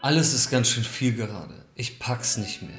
Alles ist ganz schön viel gerade. Ich pack's nicht mehr.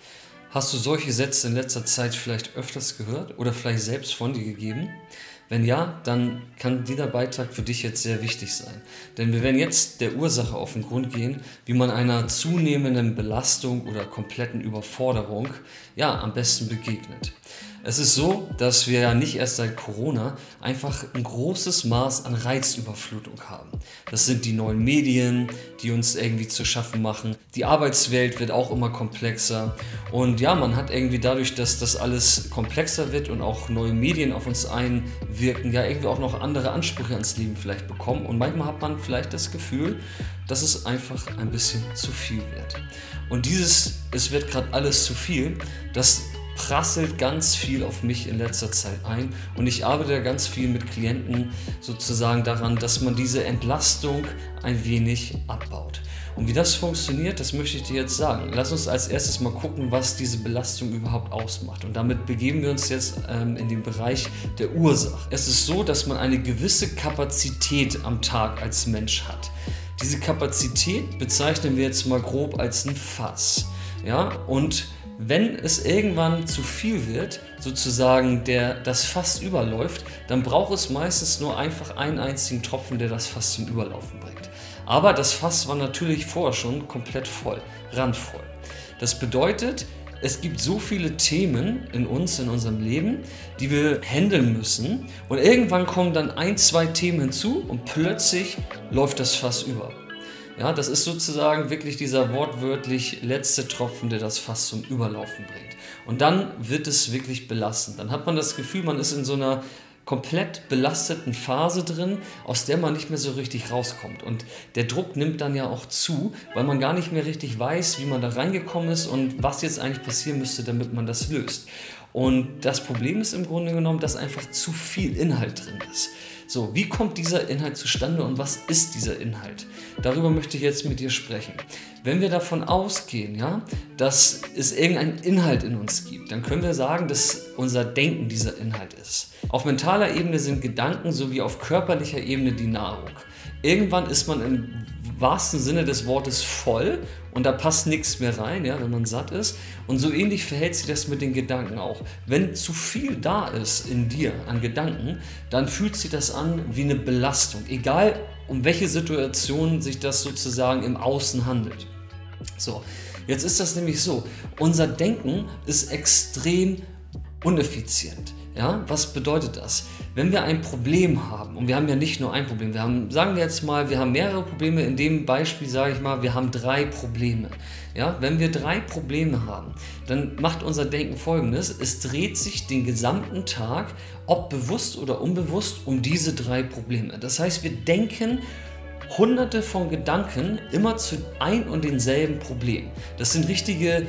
Hast du solche Sätze in letzter Zeit vielleicht öfters gehört oder vielleicht selbst von dir gegeben? Wenn ja, dann kann dieser Beitrag für dich jetzt sehr wichtig sein. Denn wir werden jetzt der Ursache auf den Grund gehen, wie man einer zunehmenden Belastung oder kompletten Überforderung am besten begegnet. Es ist so, dass wir ja nicht erst seit Corona einfach ein großes Maß an Reizüberflutung haben. Das sind die neuen Medien, die uns irgendwie zu schaffen machen. Die Arbeitswelt wird auch immer komplexer. Und ja, man hat irgendwie dadurch, dass das alles komplexer wird und auch neue Medien auf uns einwirken, ja irgendwie auch noch andere Ansprüche ans Leben vielleicht bekommen. Und manchmal hat man vielleicht das Gefühl, dass es einfach ein bisschen zu viel wird. Und es wird gerade alles zu viel, das prasselt ganz viel auf mich in letzter Zeit ein und ich arbeite da ganz viel mit Klienten sozusagen daran, dass man diese Entlastung ein wenig abbaut. Und wie das funktioniert, das möchte ich dir jetzt sagen. Lass uns als erstes mal gucken, was diese Belastung überhaupt ausmacht. Und damit begeben wir uns jetzt in den Bereich der Ursache. Es ist so, dass man eine gewisse Kapazität am Tag als Mensch hat. Diese Kapazität bezeichnen wir jetzt mal grob als ein Fass. Ja? Und wenn es irgendwann zu viel wird, sozusagen das Fass überläuft, dann braucht es meistens nur einfach einen einzigen Tropfen, der das Fass zum Überlaufen bringt. Aber das Fass war natürlich vorher schon komplett voll, randvoll. Das bedeutet, es gibt so viele Themen in unserem Leben, die wir handeln müssen und irgendwann kommen dann 1, 2 Themen hinzu und plötzlich läuft das Fass über. Ja, das ist sozusagen wirklich dieser wortwörtlich letzte Tropfen, der das Fass zum Überlaufen bringt. Und dann wird es wirklich belastend. Dann hat man das Gefühl, man ist in so einer komplett belasteten Phase drin, aus der man nicht mehr so richtig rauskommt. Und der Druck nimmt dann ja auch zu, weil man gar nicht mehr richtig weiß, wie man da reingekommen ist und was jetzt eigentlich passieren müsste, damit man das löst. Und das Problem ist im Grunde genommen, dass einfach zu viel Inhalt drin ist. So, wie kommt dieser Inhalt zustande und was ist dieser Inhalt? Darüber möchte ich jetzt mit dir sprechen. Wenn wir davon ausgehen, dass es irgendeinen Inhalt in uns gibt, dann können wir sagen, dass unser Denken dieser Inhalt ist. Auf mentaler Ebene sind Gedanken sowie auf körperlicher Ebene die Nahrung. Irgendwann ist man im wahrsten Sinne des Wortes voll und da passt nichts mehr rein, wenn man satt ist. Und so ähnlich verhält sich das mit den Gedanken auch. Wenn zu viel da ist in dir an Gedanken, dann fühlt sich das an wie eine Belastung, egal um welche Situation sich das sozusagen im Außen handelt. So, jetzt ist das nämlich so, unser Denken ist extrem uneffizient. Ja, was bedeutet das? Wenn wir ein Problem haben, und wir haben ja nicht nur ein Problem, wir haben mehrere Probleme, in dem Beispiel sage ich mal, wir haben 3 Probleme. Ja, wenn wir 3 Probleme haben, dann macht unser Denken Folgendes, es dreht sich den gesamten Tag, ob bewusst oder unbewusst, um diese 3 Probleme. Das heißt, wir denken Hunderte von Gedanken immer zu ein und denselben Problem. Das sind richtige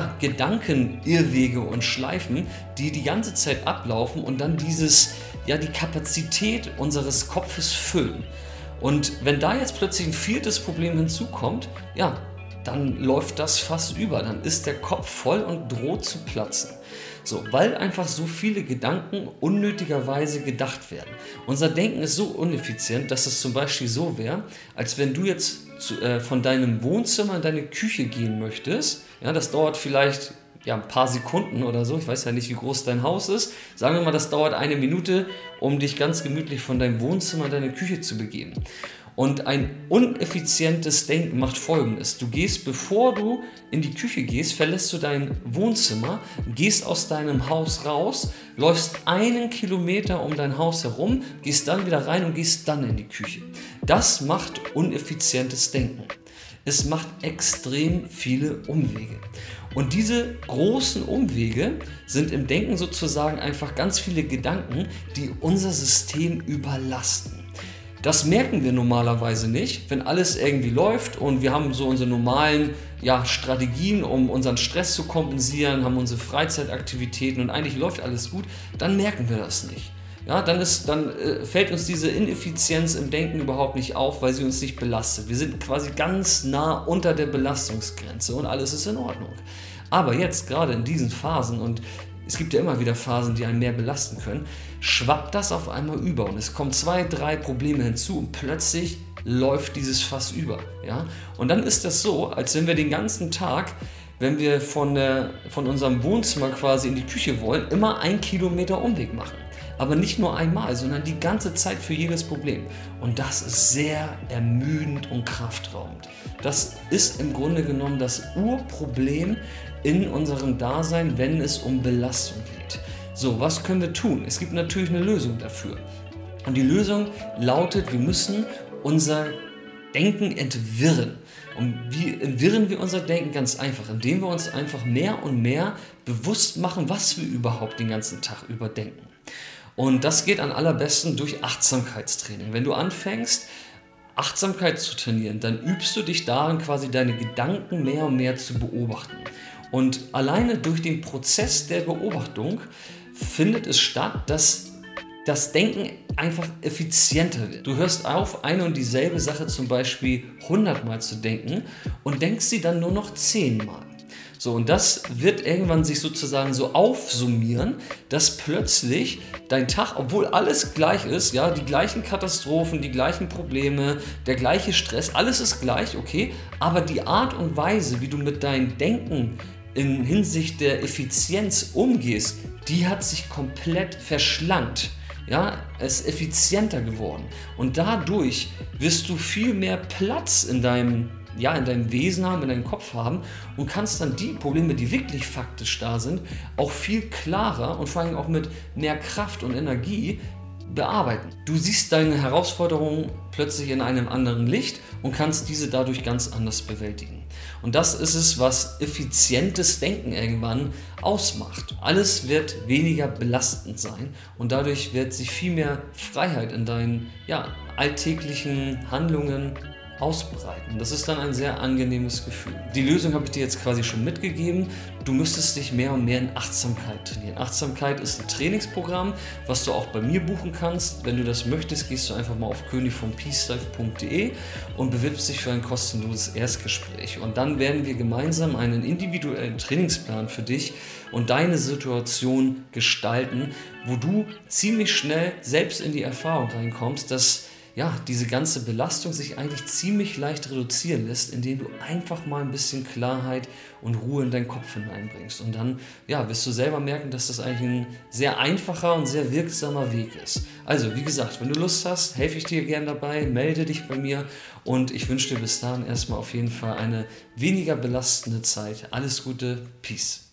Gedankenirrwege und Schleifen, die die ganze Zeit ablaufen und dann die Kapazität unseres Kopfes füllen. Und wenn da jetzt plötzlich ein 4. Problem hinzukommt, dann läuft das Fass über, dann ist der Kopf voll und droht zu platzen. So, weil einfach so viele Gedanken unnötigerweise gedacht werden. Unser Denken ist so uneffizient, dass es zum Beispiel so wäre, als wenn du jetzt von deinem Wohnzimmer in deine Küche gehen möchtest. Ja, das dauert vielleicht ein paar Sekunden oder so. Ich weiß ja nicht, wie groß dein Haus ist. Sagen wir mal, das dauert 1 Minute, um dich ganz gemütlich von deinem Wohnzimmer in deine Küche zu begeben. Und ein uneffizientes Denken macht Folgendes. Bevor du in die Küche gehst, verlässt du dein Wohnzimmer, gehst aus deinem Haus raus, läufst 1 Kilometer um dein Haus herum, gehst dann wieder rein und gehst dann in die Küche. Das macht uneffizientes Denken. Es macht extrem viele Umwege. Und diese großen Umwege sind im Denken sozusagen einfach ganz viele Gedanken, die unser System überlasten. Das merken wir normalerweise nicht, wenn alles irgendwie läuft und wir haben so unsere normalen Strategien, um unseren Stress zu kompensieren, haben unsere Freizeitaktivitäten und eigentlich läuft alles gut, dann merken wir das nicht. Ja, dann fällt uns diese Ineffizienz im Denken überhaupt nicht auf, weil sie uns nicht belastet. Wir sind quasi ganz nah unter der Belastungsgrenze und alles ist in Ordnung. Aber jetzt, gerade in diesen Phasen, und es gibt ja immer wieder Phasen, die einen mehr belasten können, schwappt das auf einmal über und es kommen 2, 3 Probleme hinzu und plötzlich läuft dieses Fass über. Ja? Und dann ist das so, als wenn wir den ganzen Tag, wenn wir von unserem Wohnzimmer quasi in die Küche wollen, immer 1 Kilometer Umweg machen. Aber nicht nur einmal, sondern die ganze Zeit für jedes Problem. Und das ist sehr ermüdend und kraftraubend. Das ist im Grunde genommen das Urproblem in unserem Dasein, wenn es um Belastung geht. So, was können wir tun? Es gibt natürlich eine Lösung dafür. Und die Lösung lautet, wir müssen unser Denken entwirren. Und wie entwirren wir unser Denken? Ganz einfach, indem wir uns einfach mehr und mehr bewusst machen, was wir überhaupt den ganzen Tag über denken. Und das geht am allerbesten durch Achtsamkeitstraining. Wenn du anfängst, Achtsamkeit zu trainieren, dann übst du dich darin, quasi deine Gedanken mehr und mehr zu beobachten. Und alleine durch den Prozess der Beobachtung findet es statt, dass das Denken einfach effizienter wird. Du hörst auf, eine und dieselbe Sache zum Beispiel 100 Mal zu denken und denkst sie dann nur noch 10 Mal. So, und das wird irgendwann sich sozusagen so aufsummieren, dass plötzlich dein Tag, obwohl alles gleich ist, ja, die gleichen Katastrophen, die gleichen Probleme, der gleiche Stress, alles ist gleich, okay, aber die Art und Weise, wie du mit deinem Denken in Hinsicht der Effizienz umgehst, die hat sich komplett verschlankt. Ja, es ist effizienter geworden. Und dadurch wirst du viel mehr Platz in deinem Wesen haben, in deinem Kopf haben und kannst dann die Probleme, die wirklich faktisch da sind, auch viel klarer und vor allem auch mit mehr Kraft und Energie bearbeiten. Du siehst deine Herausforderungen plötzlich in einem anderen Licht und kannst diese dadurch ganz anders bewältigen. Und das ist es, was effizientes Denken irgendwann ausmacht. Alles wird weniger belastend sein und dadurch wird sich viel mehr Freiheit in deinen alltäglichen Handlungen ausbreiten. Das ist dann ein sehr angenehmes Gefühl. Die Lösung habe ich dir jetzt quasi schon mitgegeben. Du müsstest dich mehr und mehr in Achtsamkeit trainieren. Achtsamkeit ist ein Trainingsprogramm, was du auch bei mir buchen kannst. Wenn du das möchtest, gehst du einfach mal auf königvompeacelife.de und bewirbst dich für ein kostenloses Erstgespräch. Und dann werden wir gemeinsam einen individuellen Trainingsplan für dich und deine Situation gestalten, wo du ziemlich schnell selbst in die Erfahrung reinkommst, dass diese ganze Belastung sich eigentlich ziemlich leicht reduzieren lässt, indem du einfach mal ein bisschen Klarheit und Ruhe in deinen Kopf hineinbringst. Und dann wirst du selber merken, dass das eigentlich ein sehr einfacher und sehr wirksamer Weg ist. Also, wie gesagt, wenn du Lust hast, helfe ich dir gern dabei, melde dich bei mir und ich wünsche dir bis dahin erstmal auf jeden Fall eine weniger belastende Zeit. Alles Gute, Peace.